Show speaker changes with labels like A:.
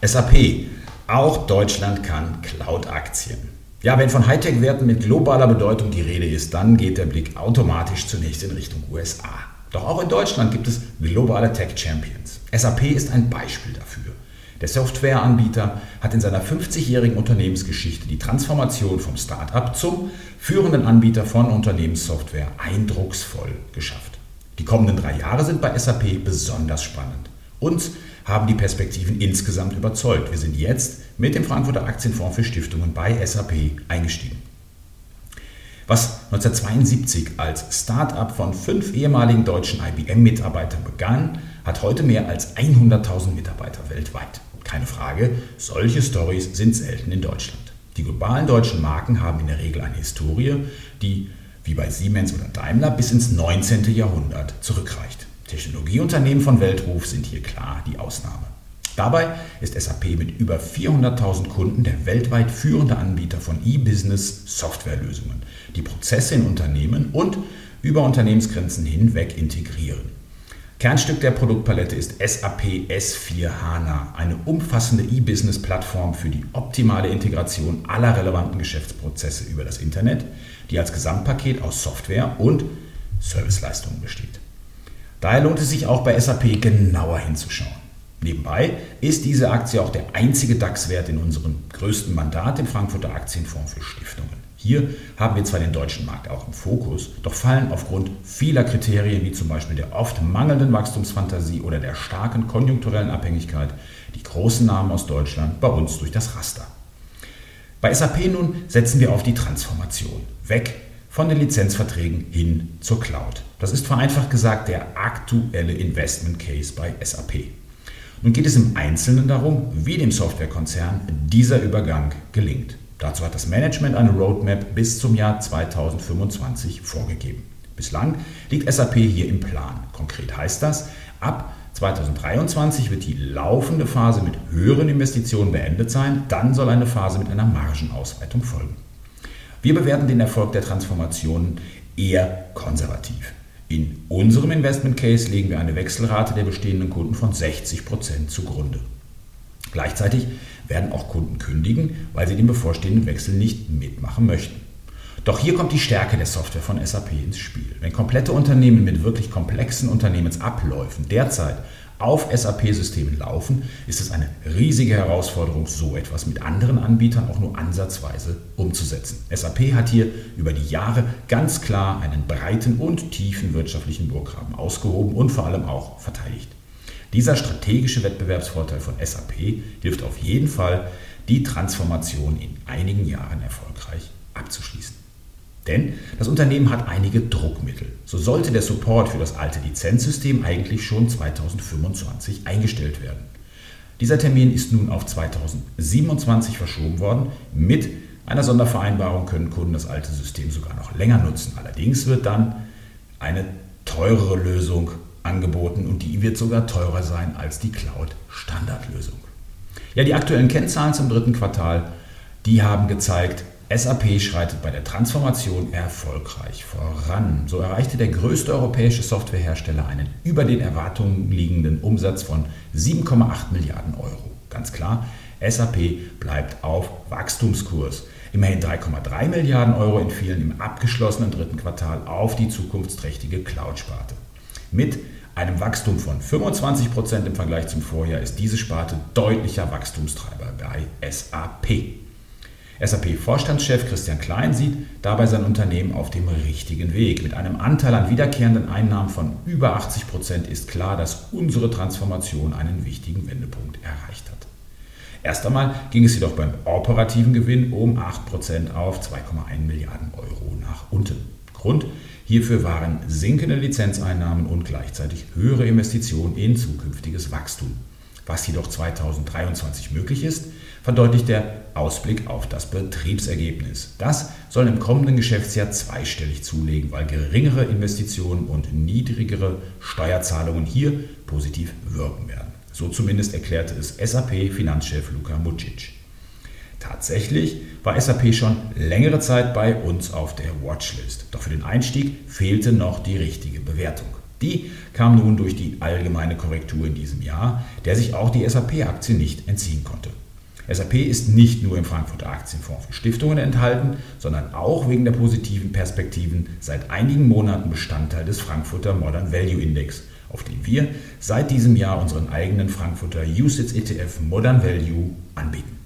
A: SAP. Auch Deutschland kann Cloud-Aktien. Ja, wenn von Hightech-Werten mit globaler Bedeutung die Rede ist, dann geht der Blick automatisch zunächst in Richtung USA. Doch auch in Deutschland gibt es globale Tech-Champions. SAP ist ein Beispiel dafür. Der Softwareanbieter hat in seiner 50-jährigen Unternehmensgeschichte die Transformation vom Start-up zum führenden Anbieter von Unternehmenssoftware eindrucksvoll geschafft. Die kommenden 3 Jahre sind bei SAP besonders spannend. Uns haben die Perspektiven insgesamt überzeugt. Wir sind jetzt mit dem Frankfurter Aktienfonds für Stiftungen bei SAP eingestiegen. Was 1972 als Start-up von 5 ehemaligen deutschen IBM-Mitarbeitern begann, hat heute mehr als 100.000 Mitarbeiter weltweit. Keine Frage, solche Storys sind selten in Deutschland. Die globalen deutschen Marken haben in der Regel eine Historie, die, wie bei Siemens oder Daimler, bis ins 19. Jahrhundert zurückreicht. Technologieunternehmen von Weltruf sind hier klar die Ausnahme. Dabei ist SAP mit über 400.000 Kunden der weltweit führende Anbieter von E-Business-Softwarelösungen, die Prozesse in Unternehmen und über Unternehmensgrenzen hinweg integrieren. Kernstück der Produktpalette ist SAP S/4HANA, eine umfassende E-Business-Plattform für die optimale Integration aller relevanten Geschäftsprozesse über das Internet, die als Gesamtpaket aus Software und Serviceleistungen besteht. Daher lohnt es sich auch bei SAP genauer hinzuschauen. Nebenbei ist diese Aktie auch der einzige DAX-Wert in unserem größten Mandat, dem Frankfurter Aktienfonds für Stiftungen. Hier haben wir zwar den deutschen Markt auch im Fokus, doch fallen aufgrund vieler Kriterien, wie zum Beispiel der oft mangelnden Wachstumsfantasie oder der starken konjunkturellen Abhängigkeit, die großen Namen aus Deutschland bei uns durch das Raster. Bei SAP nun setzen wir auf die Transformation. Weg von den Lizenzverträgen hin zur Cloud. Das ist vereinfacht gesagt der aktuelle Investment Case bei SAP. Nun geht es im Einzelnen darum, wie dem Softwarekonzern dieser Übergang gelingt. Dazu hat das Management eine Roadmap bis zum Jahr 2025 vorgegeben. Bislang liegt SAP hier im Plan. Konkret heißt das, ab 2023 wird die laufende Phase mit höheren Investitionen beendet sein, dann soll eine Phase mit einer Margenausweitung folgen. Wir bewerten den Erfolg der Transformation eher konservativ. In unserem Investment Case legen wir eine Wechselrate der bestehenden Kunden von 60% zugrunde. Gleichzeitig werden auch Kunden kündigen, weil sie den bevorstehenden Wechsel nicht mitmachen möchten. Doch hier kommt die Stärke der Software von SAP ins Spiel. Wenn komplette Unternehmen mit wirklich komplexen Unternehmensabläufen derzeit auf SAP-Systemen laufen, ist es eine riesige Herausforderung, so etwas mit anderen Anbietern auch nur ansatzweise umzusetzen. SAP hat hier über die Jahre ganz klar einen breiten und tiefen wirtschaftlichen Burggraben ausgehoben und vor allem auch verteidigt. Dieser strategische Wettbewerbsvorteil von SAP hilft auf jeden Fall, die Transformation in einigen Jahren erfolgreich abzuschließen. Denn das Unternehmen hat einige Druckmittel. So sollte der Support für das alte Lizenzsystem eigentlich schon 2025 eingestellt werden. Dieser Termin ist nun auf 2027 verschoben worden. Mit einer Sondervereinbarung können Kunden das alte System sogar noch länger nutzen. Allerdings wird dann eine teurere Lösung angeboten und die wird sogar teurer sein als die Cloud-Standardlösung. Ja, die aktuellen Kennzahlen zum 3. Quartal, die haben gezeigt, SAP schreitet bei der Transformation erfolgreich voran. So erreichte der größte europäische Softwarehersteller einen über den Erwartungen liegenden Umsatz von 7,8 Milliarden Euro. Ganz klar, SAP bleibt auf Wachstumskurs. Immerhin 3,3 Milliarden Euro entfielen im abgeschlossenen 3. Quartal auf die zukunftsträchtige Cloud-Sparte. Mit einem Wachstum von 25% im Vergleich zum Vorjahr ist diese Sparte deutlicher Wachstumstreiber bei SAP. SAP-Vorstandschef Christian Klein sieht dabei sein Unternehmen auf dem richtigen Weg. Mit einem Anteil an wiederkehrenden Einnahmen von über 80% ist klar, dass unsere Transformation einen wichtigen Wendepunkt erreicht hat. Erst einmal ging es jedoch beim operativen Gewinn um 8% auf 2,1 Milliarden Euro nach unten. Grund hierfür waren sinkende Lizenzeinnahmen und gleichzeitig höhere Investitionen in zukünftiges Wachstum. Was jedoch 2023 möglich ist, verdeutlicht der Ausblick auf das Betriebsergebnis. Das soll im kommenden Geschäftsjahr zweistellig zulegen, weil geringere Investitionen und niedrigere Steuerzahlungen hier positiv wirken werden. So zumindest erklärte es SAP-Finanzchef Luka Mucic. Tatsächlich war SAP schon längere Zeit bei uns auf der Watchlist. Doch für den Einstieg fehlte noch die richtige Bewertung. Die kam nun durch die allgemeine Korrektur in diesem Jahr, der sich auch die SAP-Aktie nicht entziehen konnte. SAP ist nicht nur im Frankfurter Aktienfonds für Stiftungen enthalten, sondern auch wegen der positiven Perspektiven seit einigen Monaten Bestandteil des Frankfurter Modern Value Index, auf den wir seit diesem Jahr unseren eigenen Frankfurter UCITS ETF Modern Value anbieten.